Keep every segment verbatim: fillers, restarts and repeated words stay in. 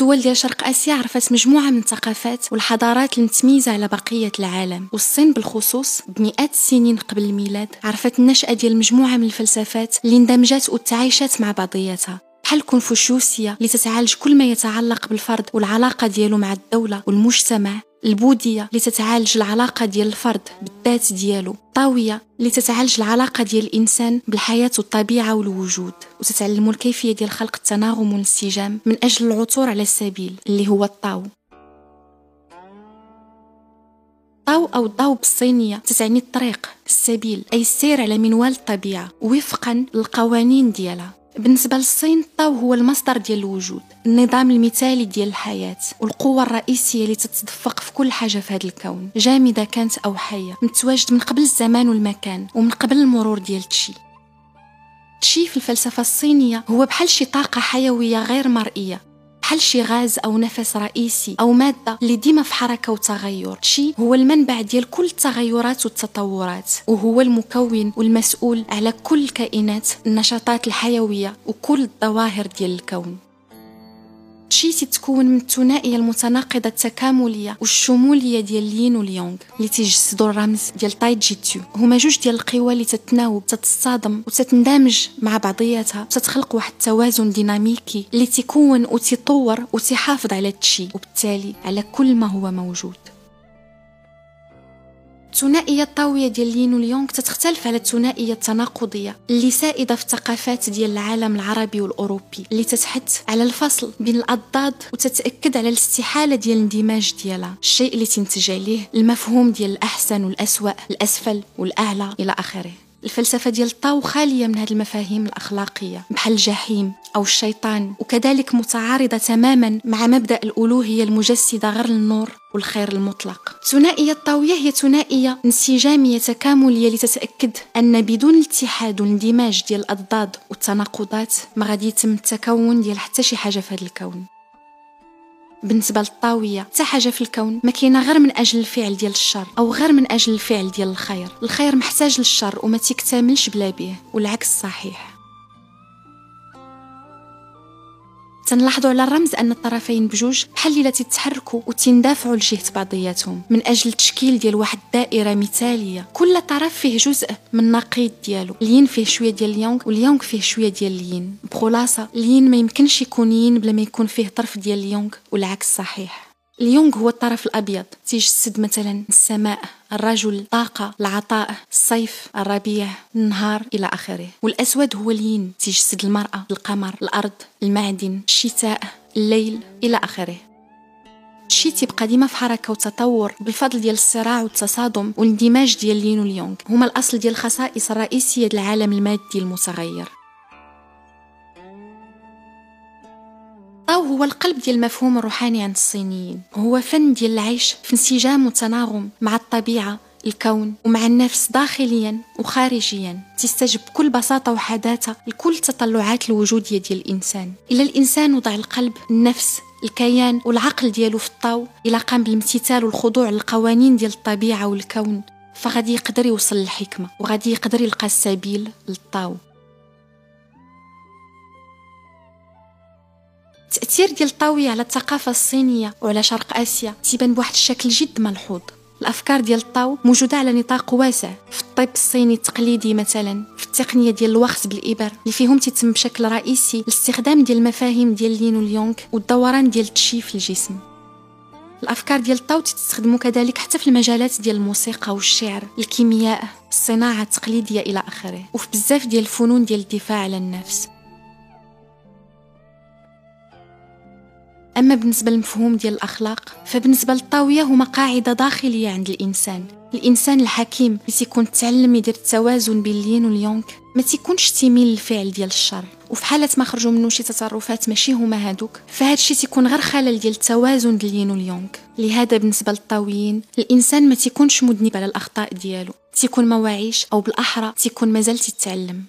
الدول ديال شرق آسيا عرفت مجموعة من الثقافات والحضارات المتميزة على بقية العالم، والصين بالخصوص بمئات السنين قبل الميلاد عرفت النشأة ديال مجموعة من الفلسفات اللي اندمجت وتعايشت مع بعضياتها، بحال الكونفوشيوسية اللي تتعالج كل ما يتعلق بالفرد والعلاقة ديالو مع الدولة والمجتمع، البوذية اللي تتعالج العلاقة ديال الفرد بالذات ديالو، الطاوية اللي تتعالج العلاقة ديال الإنسان بالحياة والطبيعة والوجود، وتتعلم الكيفية ديال خلق التناغم والانسجام من أجل العثور على السبيل اللي هو الطاو. طاو أو الضوء بالصينية تتعني الطريق، السبيل، أي السير على منوال الطبيعة وفقا للقوانين ديالها. بالنسبة للصين الطاو هو المصدر ديال الوجود، النظام المثالي ديال الحياة والقوة الرئيسية اللي تتدفق في كل حاجة في هذا الكون، جامدة كانت أو حية، متواجد من قبل الزمان والمكان ومن قبل المرور ديال تشي. تشي في الفلسفة الصينية هو بحال شي طاقة حيوية غير مرئية، بحال شي غاز أو نفس رئيسي أو مادة اللي ديما في حركة وتغير. تشي هو المنبع ديال كل التغيرات والتطورات، وهو المكون والمسؤول على كل الكائنات، النشاطات الحيوية وكل الظواهر ديال الكون. تشي تتكون من الثنائية المتناقضة التكاملية والشمولية ديال اليين واليونغ اللي تيجسدوا الرمز ديال تاي جيتسو. هما جوج ديال القوى اللي تتناوب، تتصادم وتتندمج مع بعضياتها، تتخلق واحد التوازن ديناميكي اللي تيكون وتطور وتحافظ على التشي وبالتالي على كل ما هو موجود. الثنائية الطاوية ديال اليين واليونغ تتختلف على الثنائية التناقضية اللي سائدة في الثقافات ديال العالم العربي والأوروبي، اللي تتحث على الفصل بين الأضداد وتتأكد على الاستحالة ديال الاندماج ديالها، الشيء اللي تنتج عليه المفهوم ديال الأحسن والأسوأ، الأسفل والأعلى إلى آخره. الفلسفة ديال الطاو خالية من هذه المفاهيم الأخلاقية بحال الجحيم أو الشيطان، وكذلك متعارضة تماما مع مبدأ الألوهية المجسدة غير للنور والخير المطلق. الثنائية الطاوية هي ثنائية انسجامية تكاملية لتتأكد أن بدون الاتحاد والاندماج ديال الأضداد والتناقضات ما غادي يتم التكون ديال حتى شي حاجة في هذا الكون. بالنسبة للطاوية حتى حاجة في الكون ما كاينه غير من أجل الفعل ديال الشر أو غير من أجل الفعل ديال الخير. الخير محتاج للشر وما تكتملش بلا به، والعكس صحيح. تنلاحظوا على الرمز أن الطرفين بجوج بحال اللي تتحركوا وتندافعوا لجهة بعضياتهم من أجل التشكيل ديال واحد الدائرة مثالية. كل طرف فيه جزء من النقيض ديالو، الين فيه شوية ديال اليونغ واليونغ فيه شوية ديال الين. بخلاصة الين ما يمكنش يكون ين بلا ما يكون فيه طرف ديال اليونغ، والعكس صحيح. اليونغ هو الطرف الأبيض، تيجسد مثلا السماء، الرجل، الطاقة، العطاء، الصيف، الربيع، النهار إلى آخره. والأسود هو الين، تيجسد المرأة، القمر، الأرض، المعدن، الشتاء، الليل إلى آخره. الشيء تيبقى ديما في حركة وتطور بالفضل ديال الصراع والتصادم والاندماج ديال الين واليونغ، هما الأصل ديال الخصائص الرئيسية للعالم المادي المتغير. الطاو هو القلب ديال المفهوم الروحاني عند الصينيين، هو فن ديال العيش في انسجام وتناغم مع الطبيعة، الكون ومع النفس داخليا وخارجيا، تستجب بكل بساطة وحداثة لكل تطلعات الوجودية ديال الإنسان. إلا الإنسان وضع القلب، النفس، الكيان والعقل ديالو في الطاو، إلا قام بالامتثال والخضوع للقوانين ديال الطبيعة والكون، فغادي يقدر يوصل للحكمة وغادي يقدر يلقى السبيل للطاو. التأثير ديال الطاوية على الثقافة الصينية وعلى شرق آسيا تيبان بواحد الشكل جد ملحوظ. الأفكار ديال الطاو موجودة على نطاق واسع في الطب الصيني التقليدي، مثلا في التقنية ديال الوخز بالإبر اللي فيهم تتم بشكل رئيسي الاستخدام ديال المفاهيم ديال الين واليونغ والدوران ديال التشي في الجسم. الأفكار ديال الطاو تستخدموا كذلك حتى في المجالات ديال الموسيقى والشعر، الكيمياء، الصناعة التقليدية إلى آخره، وفي بزاف ديال الفنون ديال الدفاع على النفس. أما بالنسبة للمفهوم ديال الأخلاق، فبالنسبة للطاوية هما قاعدة داخلية عند الإنسان. الإنسان الحكيم اللي تيكون تعلم يدير التوازن بين الين واليونغ ما تيكونش تيميل للفعل ديال الشر، وفي حالة ما خرجوا منه شي تصرفات ماشي هما هادوك، فهاد الشيء تيكون غير خلل ديال التوازن ديال الين واليونغ. لهذا بالنسبة للطاويين الإنسان ما تيكونش مذنب على الأخطاء ديالو، تيكون ما واعيش، أو بالأحرى تيكون مازال تتعلم.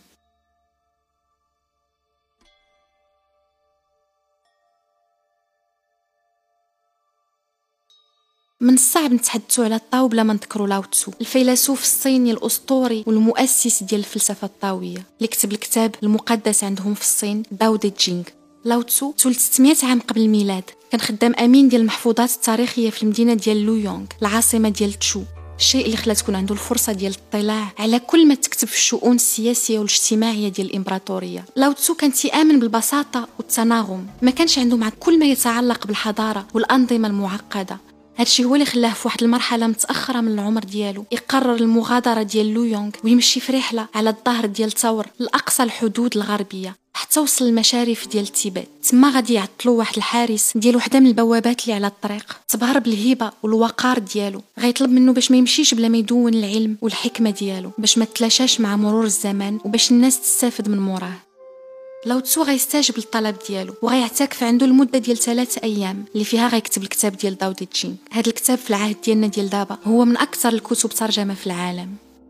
من الصعب نتحدثوا على الطاو بلا ما نذكروا لاو تسو، الفيلسوف الصيني الأسطوري والمؤسس ديال الفلسفة الطاوية، اللي كتب الكتاب المقدس عندهم في الصين داو دي جينغ. لاو تسو تولد ستمائة عام قبل الميلاد، كان خدام امين ديال المحفوظات التاريخيه في المدينه ديال لويونغ العاصمه ديال تشو، الشيء اللي خلات تكون عنده الفرصه ديال الاطلاع على كل ما تكتب في الشؤون السياسيه والاجتماعيه ديال الامبراطوريه. لاو تسو كان تيامن بالبساطه والتناغم، ما كانش عنده مع كل ما يتعلق بالحضاره والانظمه المعقده. هادشي هو اللي خلاه في واحد المرحله متاخره من العمر ديالو يقرر المغادره ديال لويونغ ويمشي في رحله على الظهر ديال تاور لاقصى الحدود الغربيه حتى وصل المشارف ديال تيبت. تما غادي يعطلو واحد الحارس ديال وحده من البوابات اللي على الطريق، تبهر بالهبه والوقار ديالو، غيطلب منه باش ما يمشيش بلا ما يدون العلم والحكمه ديالو، باش ما تلاشاش مع مرور الزمان وباش الناس تستافد من موراه. لاو تسو غيستجب للطلب ديالو وغيعتكف عنده لمده ديال ثلاثة ايام اللي فيها غيكتب الكتاب ديال داو دي تشينغ. هذا الكتاب في العهد ديالنا ديال دابا هو من اكثر الكتب ترجمه في العالم.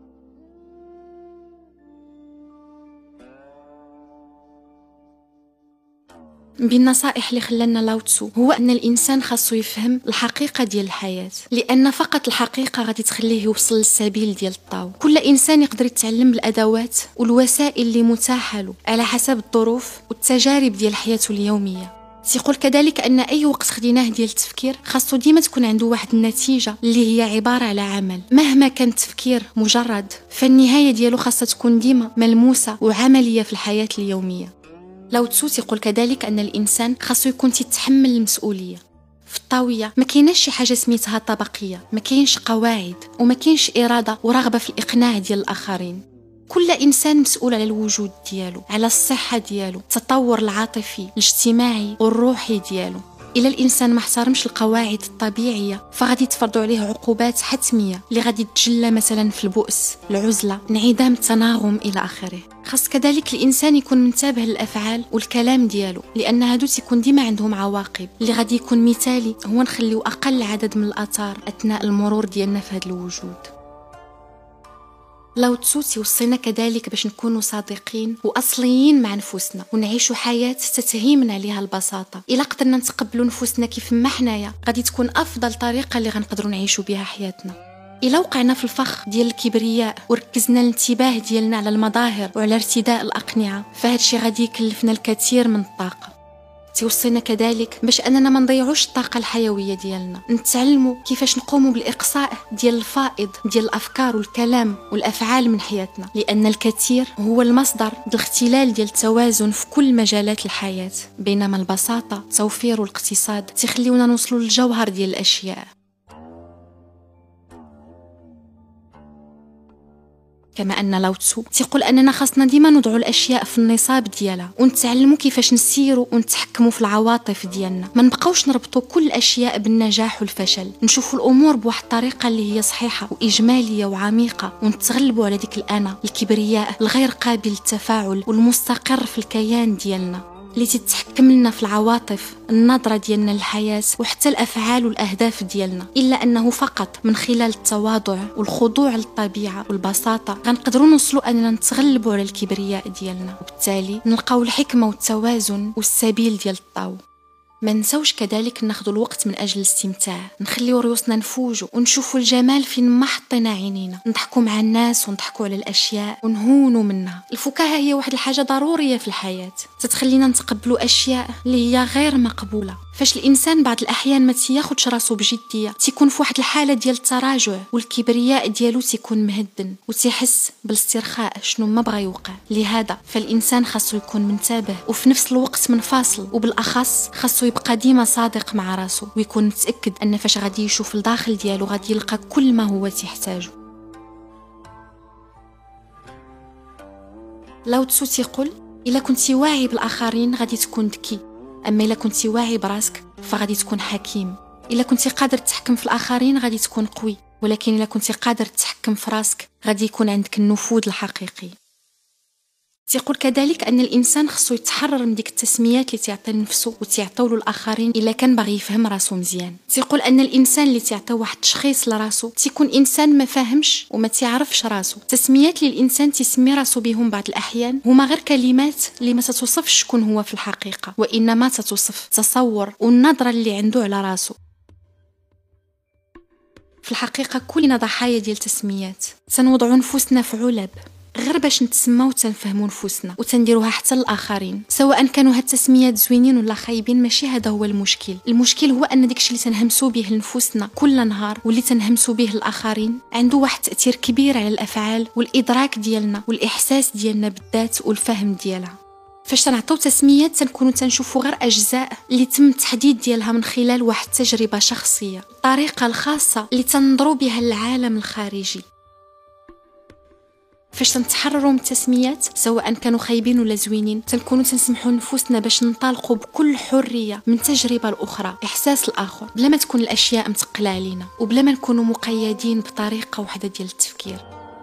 من النصائح اللي خلانا لاو تسو هو ان الانسان خاصو يفهم الحقيقه ديال الحياه، لان فقط الحقيقه غادي تخليه يوصل للسبيل ديال الطاو. كل انسان يقدر يتعلم بالادوات والوسائل اللي متاحه له على حسب الظروف والتجارب ديال حياته اليوميه. تيقول كذلك ان اي وقت خديناه ديال التفكير خاصو ديما تكون عنده واحد النتيجه اللي هي عباره على عمل. مهما كان التفكير مجرد، فالنهايه ديالو خاصها تكون ديما ملموسه وعمليه في الحياه اليوميه. لاو تسو تيقول كذلك ان الانسان خاصو يكون تيتحمل المسؤوليه. في الطاويه ما كايناش شي حاجه سميتها طبقيه، ما كاينش قواعد وما كاينش اراده ورغبه في الاقناع ديال الاخرين. كل انسان مسؤول على الوجود ديالو، على الصحه ديالو، التطور العاطفي الاجتماعي والروحي ديالو. إلا الإنسان ما احترمش القواعد الطبيعية فغادي تفرضوا عليه عقوبات حتمية اللي غادي تجلى مثلا في البؤس، العزلة، انعدام التناغم إلى آخره. خاص كذلك الإنسان يكون منتبه للأفعال والكلام ديالو، لأن هادو تيكون ديما عندهم عواقب. اللي غادي يكون مثالي هو نخليو أقل عدد من الآثار أثناء المرور ديالنا في هذا الوجود. لاو تسو تيوصينا كذلك باش نكونوا صادقين واصليين مع نفوسنا ونعيشوا حياه تتهيمنا ليها البساطه. الا قدرنا نتقبلوا نفوسنا كيف ما حنايا غادي تكون افضل طريقه اللي غنقدروا نعيشوا بها حياتنا. الا وقعنا في الفخ ديال الكبرياء وركزنا الانتباه ديالنا على المظاهر وعلى ارتداء الاقنعه فهاد الشيء غادي يكلفنا الكثير من الطاقه. توصينا كذلك باش اننا ما نضيعوش الطاقه الحيويه ديالنا، نتعلموا كيفاش نقوموا بالاقصاء ديال الفائض ديال الافكار والكلام والافعال من حياتنا، لان الكثير هو المصدر ديال الاختلال ديال التوازن في كل مجالات الحياه، بينما البساطه التوفير والاقتصاد تخليونا نوصلوا للجوهر ديال الاشياء. كما ان لاو تسو تيقول اننا خاصنا ديما نضعوا الاشياء في النصاب ديالها ونتعلموا كيفاش نسيروا ونتحكموا في العواطف ديالنا، ما نبقاوش نربطوا كل الاشياء بالنجاح والفشل، نشوفوا الامور بواحد الطريقه اللي هي صحيحه واجماليه وعميقه، ونتغلبوا على ديك الانا الكبرياء الغير قابل للتفاعل والمستقر في الكيان ديالنا اللي تتحكم لنا في العواطف، النظرة ديالنا للحياة وحتى الأفعال والأهداف ديالنا. إلا أنه فقط من خلال التواضع والخضوع للطبيعة والبساطة غنقدروا نوصلوا أننا نتغلبوا على الكبرياء ديالنا، وبالتالي نلقاو الحكمة والتوازن والسبيل ديال الطاو. ما نساوش كذلك ناخذوا الوقت من اجل الاستمتاع، نخليو ريوسنا نفوجوا ونشوفوا الجمال فين ما حطينا عينينا، نضحكوا مع الناس ونضحكوا على الاشياء ونهونوا منها. الفكاهه هي واحد الحاجه ضروريه في الحياه، تتخلينا نتقبلوا اشياء اللي هي غير مقبوله. فاش الانسان بعض الاحيان ما تياخدش راسو بجديه تيكون في واحد الحاله ديال التراجع والكبرياء ديالو تيكون مهدن وتيحس بالاسترخاء شنو ما بغى يوقع. لهذا فالانسان خاصو يكون منتبه وفي نفس الوقت منفصل، وبالاخص خاصو يبقى ديما صادق مع راسو ويكون متاكد ان فاش غادي يشوف الداخل ديالو غادي يلقى كل ما هو تيحتاجه. لاو تسو تيقول الا كنتي واعي بالاخرين غادي تكون ذكي، اما الا كنتي واعي براسك فغادي تكون حكيم. الا كنتي قادر تتحكم في الاخرين غادي تكون قوي، ولكن الا كنتي قادر تتحكم في راسك غادي يكون عندك النفوذ الحقيقي. تيقول كذلك ان الانسان خصو يتحرر من ديك التسميات اللي تعطي لنفسه وتعطيو له الاخرين الا كان باغي يفهم راسو مزيان. تيقول ان الانسان اللي تعطي واحد التشخيص لراسو تيكون انسان ما فاهمش وما تعرفش راسو. التسميات اللي الانسان تسمي راسو بهم بعض الاحيان هما غير كلمات اللي ما تتوصفش شكون هو في الحقيقه، وانما تتوصف التصور والنظره اللي عنده على راسو. في الحقيقه كلنا ضحايا ديال تسميات، تنوضعوا نفوسنا في علب غير باش نتسماو وتنفهموا نفوسنا وتنديروها حتى للآخرين. سواء كانوا هاد التسميات زوينين ولا خايبين ماشي هذا هو المشكل. المشكل هو أن داكشي اللي تنهمسوا به لنفوسنا كل نهار واللي تنهمسوا به للآخرين عنده واحد التأثير كبير على الأفعال والإدراك ديالنا والإحساس ديالنا بالذات والفهم ديالها. فاش تنعطيو تسميات تنكونوا تنشوفوا غير اجزاء اللي تم التحديد ديالها من خلال واحد التجربه شخصيه، الطريقه الخاصه اللي تنظروا بها للعالم الخارجي. فاش تنتحرروا من التسميات سواء كانوا خايبين ولا زوينين تنكونوا تنسمحوا لنفوسنا باش ننطلقوا بكل حريه من تجربه الاخرى، احساس الاخر، بلا ما تكون الاشياء متقله علينا وبلا ما نكونوا مقيدين بطريقه واحده ديال التفكير.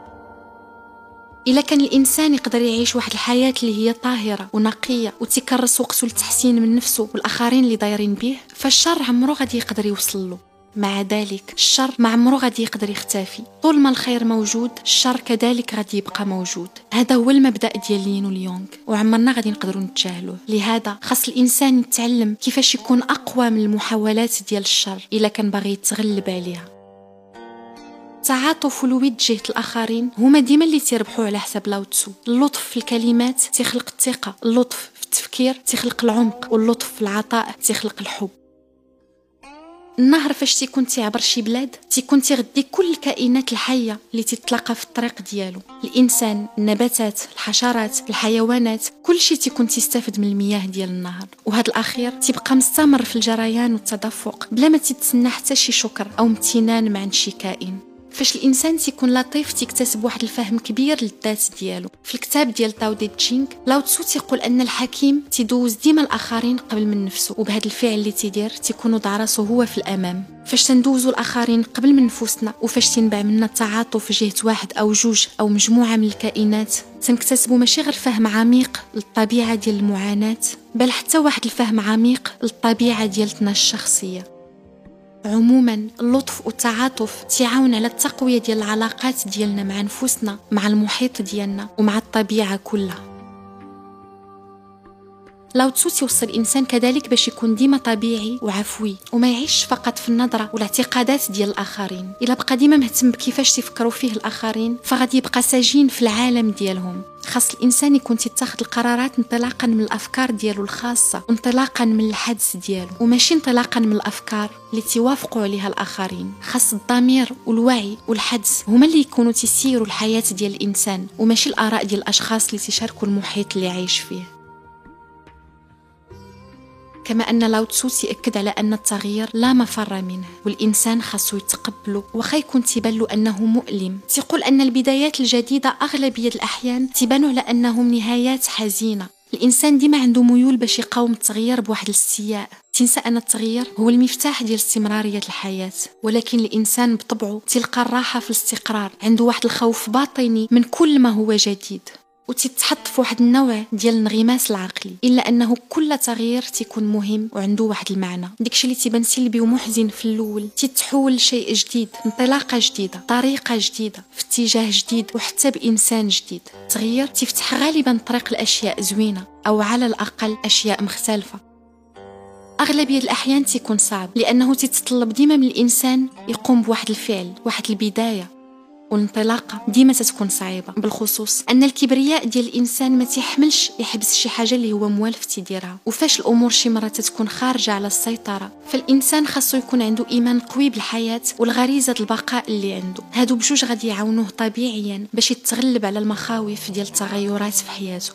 إلا كان الإنسان يقدر يعيش واحد الحياة اللي هي طاهرة ونقية وتكرس وقته للتحسين من نفسه والآخرين اللي دايرين به، فالشر عمره غادي يقدر يوصل له. مع ذلك الشر ما عمره غادي يقدر يختفي. طول ما الخير موجود الشر كذلك غادي يبقى موجود. هذا هو المبدأ ديال لين وليونغ وعمرنا غادي نقدروا نتجاهلوه. لهذا خاص الإنسان يتعلم كيفاش يكون أقوى من المحاولات ديال الشر إلا كان باغي يتغلب عليها. التعاطف والود جهة الآخرين هما ديما اللي تيربحوا على حساب لاو تسو. اللطف في الكلمات تيخلق الثقة، اللطف في التفكير تيخلق العمق، واللطف في العطاء تيخلق الحب. النهر فاش تيكون تيعبر شي بلاد تيكون تيغدي كل الكائنات الحية اللي تتلاقى في الطريق ديالو، الإنسان، النباتات، الحشرات، الحيوانات، كل شيء تيكون تيستافد من المياه ديال النهر. وهذا الأخير تيبقى مستمر في الجريان والتدفق بلا ما تتسنى حتى شي شكر أو امتنان مع شي كائن. فاش الانسان تيكون لطيف تيكتسب واحد الفهم كبير للذات ديالو. في الكتاب ديال تاو دي تشينغ لاو تسو تيقول ان الحكيم تيدوز ديما الاخرين قبل من نفسه، وبهذا الفعل اللي تيدير تيكونوا ضع راسو هو في الامام. فاش تندوزوا الاخرين قبل من نفوسنا وفاش تنبع منا التعاطف جهه واحد او جوج او مجموعه من الكائنات تنكتسبوا ماشي غير فهم عميق للطبيعه ديال المعاناه بل حتى واحد الفهم عميق للطبيعه ديالتنا الشخصيه. عموما اللطف والتعاطف تيعاون على التقوية ديال العلاقات ديالنا مع نفوسنا، مع المحيط ديالنا ومع الطبيعة كلها. لاو تسو توصل الإنسان كذلك باش يكون ديما طبيعي وعفوي وما يعيش فقط في النظرة والاعتقادات ديال الآخرين. إلا بقى ديما مهتم بكيفاش تفكروا فيه الآخرين فغادي يبقى سجين في العالم ديالهم. خاص الإنسان يكون تتخذ القرارات انطلاقا من الأفكار ديالو الخاصة، انطلاقا من الحدس ديالو، وماشي انطلاقا من الأفكار اللي تيوافقوا عليها الآخرين. خاص الضمير والوعي والحدس هما اللي يكونوا تيسيروا الحياة ديال الإنسان وماشي الآراء ديال الأشخاص اللي تشاركوا المحيط اللي عايش فيه. كما أن لاو تسو يأكد على أن التغيير لا مفر منه والإنسان خاصو يتقبله وخا يكون تيبان له أنه مؤلم. تيقول أن البدايات الجديدة أغلبية الأحيان تبان على أنهم نهايات حزينة. الإنسان ديما عنده ميول باش يقاوم التغيير بواحد الاستياء، تنسى أن التغيير هو المفتاح ديال استمرارية الحياة. ولكن الإنسان بطبعه تلقى الراحة في الاستقرار، عنده واحد الخوف باطني من كل ما هو جديد وتتحط في واحد النوع ديال الانغماس العقلي. الا انه كل تغيير تيكون مهم وعنده واحد المعنى. داكشي اللي تيبان سلبي ومحزن في الاول تتحول لشيء جديد، انطلاقه جديده، طريقه جديده في اتجاه جديد وحتى بانسان جديد. التغيير تفتح غالبا طريق الاشياء زوينه او على الاقل اشياء مختلفه. اغلبيه الاحيان تيكون صعب لانه تتطلب ديما من الانسان يقوم بواحد الفعل، واحد البدايه، والانطلاقه ديما تتكون صعيبه، بالخصوص ان الكبرياء ديال الانسان ما تيحملش يحبس شي حاجه اللي هو موالف تيديرها. وفاش الامور شي مره تتكون خارجه على السيطره فالانسان خاصو يكون عنده ايمان قوي بالحياه والغريزه البقاء اللي عنده. هادو بجوج غادي يعاونوه طبيعيا باش يتغلب على المخاوف ديال التغيرات في حياته.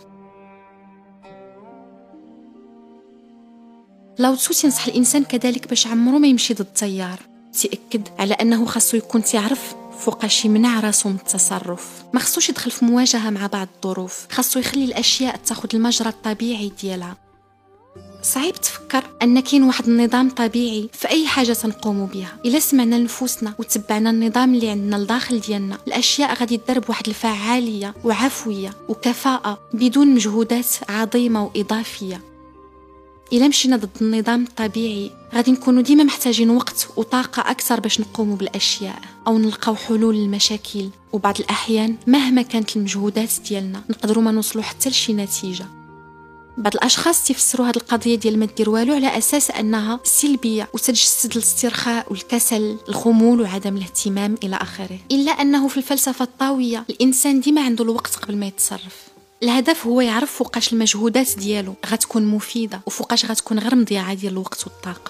لاو تسو تنصح الانسان كذلك باش عمرو ما يمشي ضد التيار. تاكد على انه خاصو يكون تعرف فوقاش يمنع راسو من التصرف، ما خصوش يدخل في مواجهه مع بعض الظروف، خاصو يخلي الاشياء تاخذ المجرى الطبيعي ديالها. صعيب تفكر ان كاين واحد النظام طبيعي في اي حاجه تنقوم بها. الا سمعنا لنفوسنا وتبعنا النظام اللي عندنا لداخل ديالنا الاشياء غادي تدار بواحد الفعاليه وعفويه وكفاءه بدون مجهودات عظيمه واضافيه. إلا مشينا ضد النظام الطبيعي غادي نكونوا ديما محتاجين وقت وطاقة أكثر باش نقوموا بالأشياء أو نلقاو حلول للمشاكل، وبعض الأحيان مهما كانت المجهودات ديالنا نقدروا ما نوصلوا حتى لشي نتيجة. بعض الاشخاص تفسروا هذه القضيه ديال ما دير والو على اساس انها سلبيه وتتجسد الاسترخاء والكسل، الخمول وعدم الاهتمام الى اخره. الا انه في الفلسفه الطاويه الانسان ديما عنده الوقت قبل ما يتصرف. الهدف هو يعرف فوقاش المجهودات ديالو غتكون مفيده وفوقاش غتكون غير مضيعه ديال الوقت والطاقه.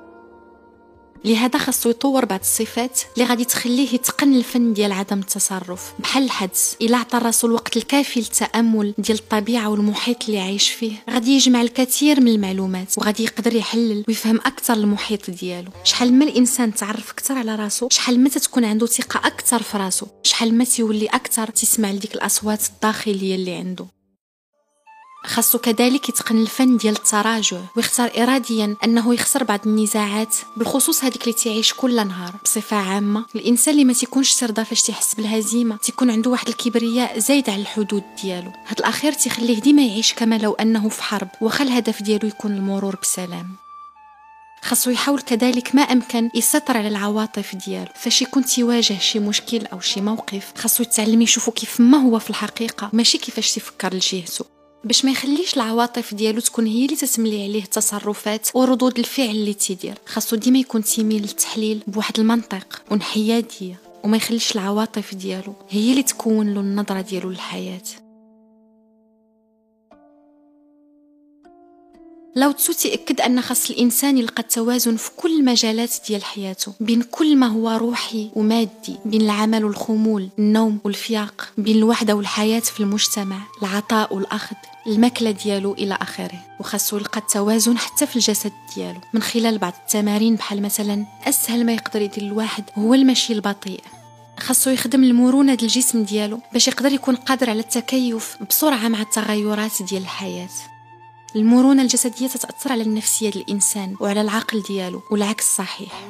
لهذا خاصو يطور بعض الصفات اللي غادي تخليه يتقن الفن ديال عدم التصرف، بحال الحدس. الا عطى راسو الوقت الكافي للتامل ديال الطبيعه والمحيط اللي عايش فيه، غادي يجمع الكثير من المعلومات وغادي يقدر يحلل ويفهم اكثر المحيط ديالو. شحال ما الانسان تعرف اكثر على راسو، شحال ما تكون عنده ثقه اكثر في راسو، شحال ما تيولي اكثر تسمع لديك الاصوات الداخليه اللي عنده. خاصو كذلك يتقن الفن ديال التراجع ويختار اراديا انه يخسر بعض النزاعات، بالخصوص هذيك اللي تعيش كل نهار. بصفه عامه الانسان اللي ما تيكونش ترضى فاش تيحس بالهزيمه تيكون عنده واحد الكبرياء زايد على الحدود ديالو. هذا الاخير تيخليه ديما يعيش كما لو انه في حرب، واخا الهدف ديالو يكون المرور بسلام. خاصو يحاول كذلك ما امكن يسيطر على العواطف ديالو. فاش يكون تيواجه شي مشكل او شي موقف خاصو يتعلم يشوفه كيف ما هو في الحقيقه، ماشي كيفاش تفكر لجهته، باش ما يخليش العواطف ديالو تكون هي اللي تتملي عليه التصرفات وردود الفعل اللي تيدير. خاصو ديما يكون تيميل للتحليل بواحد المنطق وانحياديه، وما يخليش العواطف ديالو هي اللي تكون له النظره ديالو للحياه. لاو تسو تأكد أن خاص الإنسان يلقى التوازن في كل المجالات ديال حياته، بين كل ما هو روحي ومادي، بين العمل والخمول، النوم والفياق، بين الوحدة والحياة في المجتمع، العطاء والأخذ، الماكلة ديالو إلى آخره. وخاصو يلقى التوازن حتى في الجسد ديالو من خلال بعض التمارين، بحال مثلا أسهل ما يقدر يدير الواحد هو المشي البطيء. خاصو يخدم المرونة ديال الجسم ديالو باش يقدر يكون قادر على التكيف بسرعة مع التغيرات ديال الحياة. المرونة الجسدية تتأثر على النفسية ديال الإنسان وعلى العقل ديالو، والعكس صحيح.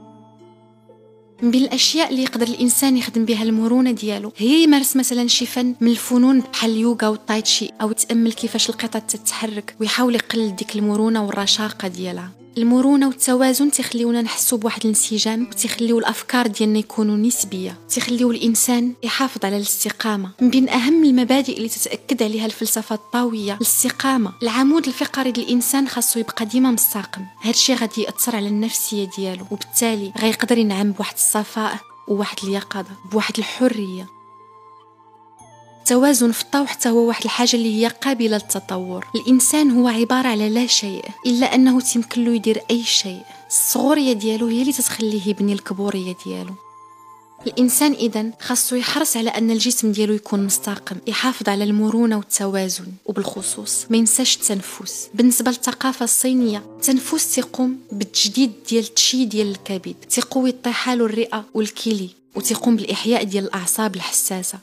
من بين الأشياء اللي يقدر الإنسان يخدم بها المرونة ديالو هي يمارس مثلا شي فن من الفنون بحال اليوغا والتايتشي، أو يتأمل كيفاش القطط تتحرك ويحاول يقلل ديك المرونة والرشاقة ديالها. المرونة والتوازن تخليونا نحسوا بواحد الانسجام، وتخليو الأفكار ديالنا يكونوا نسبية، تخليو الإنسان يحافظ على الاستقامة. من بين أهم المبادئ اللي تتأكد عليها الفلسفة الطاوية الاستقامة. العمود الفقري للإنسان خاصو يبقى ديما مستقم، هادشي غادي يأثر على النفسية ديالو، وبالتالي غيقدر ينعم بواحد الصفاء وواحد اليقظة، بواحد الحرية. التوازن في الطو حتى هو واحد الحاجه اللي هي قابله للتطور. الانسان هو عباره على لا شيء الا انه تيمكن له يدير اي شيء. الصغوريه ديالو هي اللي تتخليه يبني الكبوريه ديالو. الانسان اذا خاصو يحرص على ان الجسم ديالو يكون مستقم، يحافظ على المرونه والتوازن، وبالخصوص ما ينساش التنفس. بالنسبه للثقافه الصينيه التنفس تيقوم بالتجديد ديال التشي ديال الكبد، تيقوي الطحال والرئه والكلي، وتيقوم بالاحياء ديال الاعصاب الحساسه.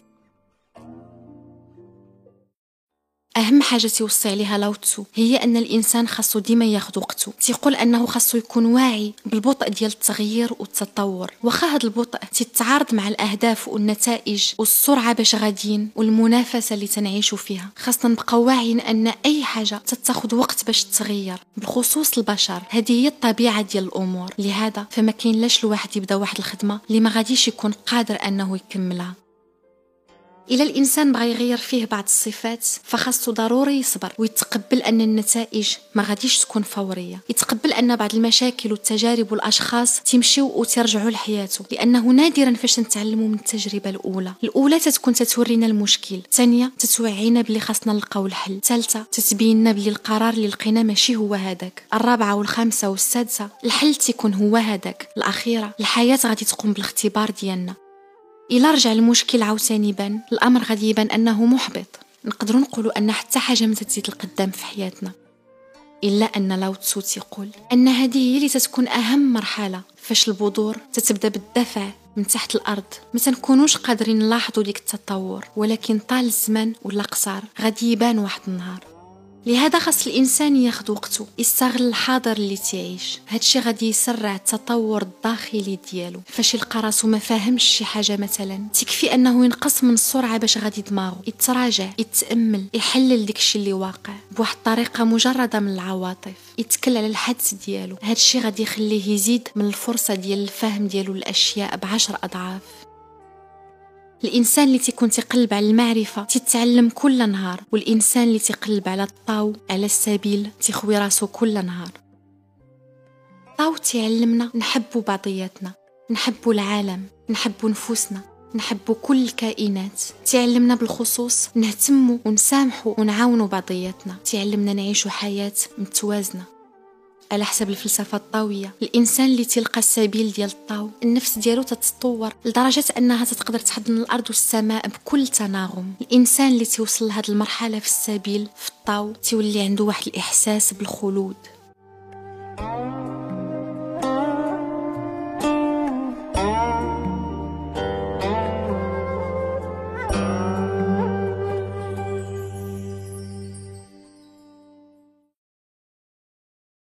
اهم حاجه توصي عليها لاو تسو هي ان الانسان خاصو ديما ياخذ وقته. تيقول انه خاصو يكون واعي بالبطء ديال التغيير والتطور، واخا هذا البطء تتعارض مع الاهداف والنتائج والسرعه باش غاديين والمنافسه اللي تنعيشوا فيها. خاصنا نبقى واعيين ان اي حاجه تتاخذ وقت باش تتغير، بالخصوص البشر. هذه هي الطبيعه ديال الامور، لهذا فما كاين لاش الواحد يبدا واحد الخدمه اللي ما غاديش يكون قادر انه يكملها. إلى الإنسان بغى يغير فيه بعض الصفات فخاصو ضروري يصبر ويتقبل أن النتائج ما غاديش تكون فورية، يتقبل أن بعض المشاكل والتجارب والأشخاص تمشيو وترجعوا لحياته، لأنه نادرا فاش نتعلموا من التجربة الأولى. الأولى تتكون تتورينا المشكل، الثانية تتوعينا بلي خاصنا نلقاو الحل، الثالثة تتبيننا بلي القرار اللي لقينا ماشي هو هذاك، الرابعة والخامسة والسادسة الحل تيكون هو هذاك، الأخيرة الحياة غادي تقوم بالاختبار ديالنا. إلا رجع المشكل عاوتاني بان الأمر غادي يبان أنه محبط، نقدروا نقولوا أن حتى حاجة ما تزيد القدام في حياتنا. إلا أن لاو تسو تيقول أن هذه هي اللي تتكون أهم مرحلة، فاش البذور تتبدا بالدفع من تحت الأرض ما تنكونوش قادرين نلاحظوا ديك التطور، ولكن طال الزمن ولا قصار غادي يبان واحد النهار. لهذا خاص الانسان ياخذ وقته، يستغل الحاضر اللي تعيش. هادشي غادي يسرع التطور الداخلي ديالو. فاش يلقى راسو ما فاهمش شي حاجه مثلا تكفي انه ينقص من السرعه باش غادي دماغه يتراجع، يتامل، يحلل داكشي اللي واقع بواحد الطريقه مجرده من العواطف، يتكل على الحدس ديالو. هادشي غادي يخليه يزيد من الفرصه ديال الفهم ديالو للاشياء بعشر اضعاف. الانسان اللي تيكون تيقلب على المعرفه تيتعلم كل نهار، والانسان اللي تيقلب على الطاو على السبيل تيخوي راسو كل نهار. الطاو تيعلمنا نحبوا بعضياتنا، نحبوا العالم، نحبوا نفوسنا، نحبوا كل الكائنات. تعلمنا بالخصوص نهتموا ونسامحوا ونعاونوا بعضياتنا. تعلمنا نعيشوا حياة متوازنة. على حسب الفلسفة الطاوية، الإنسان اللي تلقى السبيل ديال الطاو النفس ديالو تتطور لدرجة أنها تتقدر تحضن الأرض والسماء بكل تناغم. الإنسان اللي توصل لهذه المرحلة في السبيل في الطاو تولي عنده واحد الإحساس بالخلود.